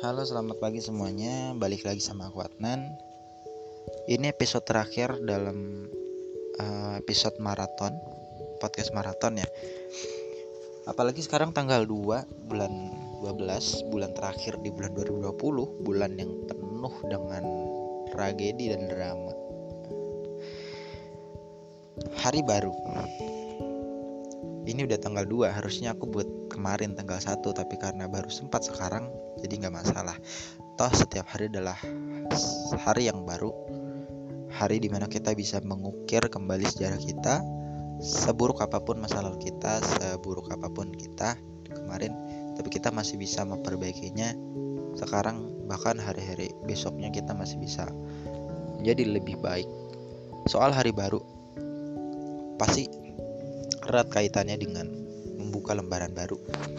Halo, selamat pagi semuanya. Balik lagi sama aku Adnan. Ini episode terakhir dalam episode maraton, podcast maraton ya. Apalagi sekarang tanggal 2 bulan 12, bulan terakhir di bulan 2020, bulan yang penuh dengan tragedi dan drama. Hari baru. Ini udah tanggal 2, harusnya aku buat kemarin tanggal 1, tapi karena baru sempat sekarang, jadi gak masalah. Toh setiap hari adalah hari yang baru, hari dimana kita bisa mengukir kembali sejarah kita. Seburuk apapun masa lalu kita, seburuk apapun kita kemarin, tapi kita masih bisa memperbaikinya sekarang. Bahkan hari-hari besoknya kita masih bisa menjadi lebih baik. Soal hari baru, pasti erat kaitannya dengan membuka lembaran baru,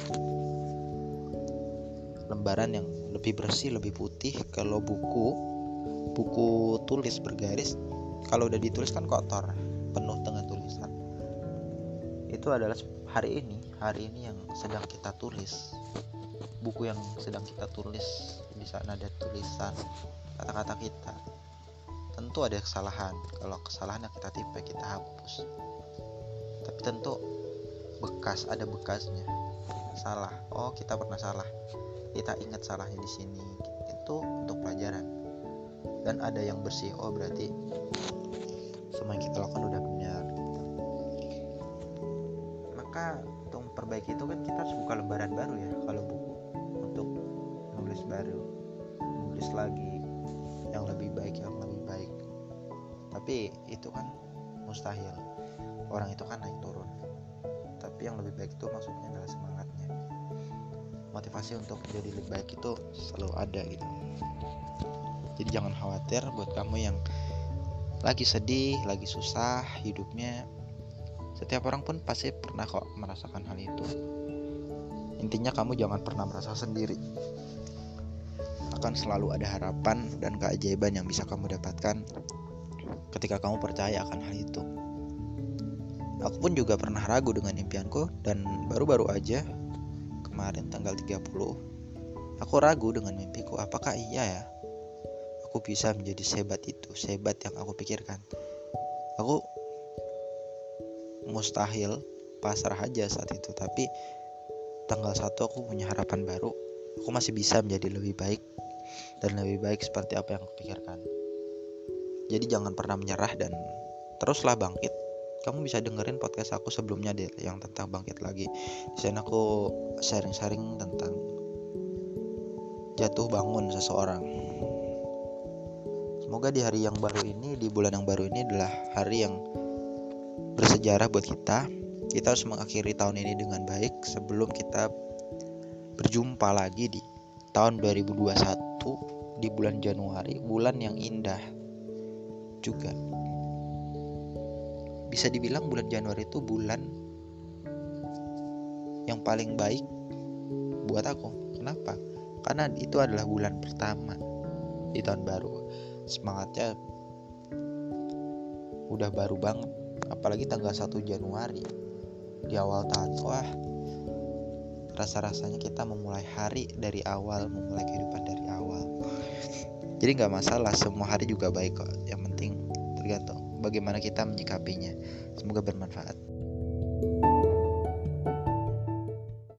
lembaran yang lebih bersih, lebih putih. Kalau buku tulis bergaris, kalau udah ditulis kan kotor, penuh dengan tulisan. Itu adalah hari ini yang sedang kita tulis, buku yang sedang kita tulis. Di sana ada tulisan, kata-kata kita. Tentu ada kesalahan, kalau kesalahan yang kita tipek kita hapus, tapi tentu ada bekasnya. Salah, oh kita pernah salah, kita ingat salahnya di sini, itu untuk pelajaran. Dan ada yang bersih, oh berarti semua yang kita lakukan udah benar. Maka untuk memperbaiki itu kan kita harus buka lembaran baru ya. Kalau buku untuk nulis baru, nulis lagi yang lebih baik. Tapi itu kan mustahil, orang itu kan naik turun. Tapi yang lebih baik itu maksudnya adalah semangatnya, motivasi untuk jadi lebih baik itu selalu ada gitu. Jadi jangan khawatir buat kamu yang lagi sedih, lagi susah hidupnya. Setiap orang pun pasti pernah kok merasakan hal itu. Intinya kamu jangan pernah merasa sendiri. Akan selalu ada harapan dan keajaiban yang bisa kamu dapatkan ketika kamu percaya akan hal itu. Aku pun juga pernah ragu dengan impianku, dan baru-baru aja kemarin tanggal 30 aku ragu dengan mimpiku. Apakah iya ya aku bisa menjadi sehebat itu, sehebat yang aku pikirkan? Aku mustahil pasrah aja saat itu. Tapi tanggal 1 aku punya harapan baru. Aku masih bisa menjadi lebih baik, dan lebih baik seperti apa yang aku pikirkan. Jadi jangan pernah menyerah dan teruslah bangkit. Kamu bisa dengerin podcast aku sebelumnya deh yang tentang bangkit lagi. Di sana aku sharing-sharing tentang jatuh bangun seseorang. Semoga di hari yang baru ini, di bulan yang baru ini adalah hari yang bersejarah buat kita. Kita harus mengakhiri tahun ini dengan baik sebelum kita berjumpa lagi di tahun 2021 di bulan Januari, bulan yang indah juga. Bisa dibilang bulan Januari itu bulan yang paling baik buat aku. Kenapa? Karena itu adalah bulan pertama di tahun baru. Semangatnya udah baru banget. Apalagi tanggal 1 Januari di awal tahun. Wah, rasa-rasanya kita memulai hari dari awal, memulai kehidupan dari awal. Jadi gak masalah, semua hari juga baik kok. Yang penting tergantung bagaimana kita menyikapinya. Semoga bermanfaat.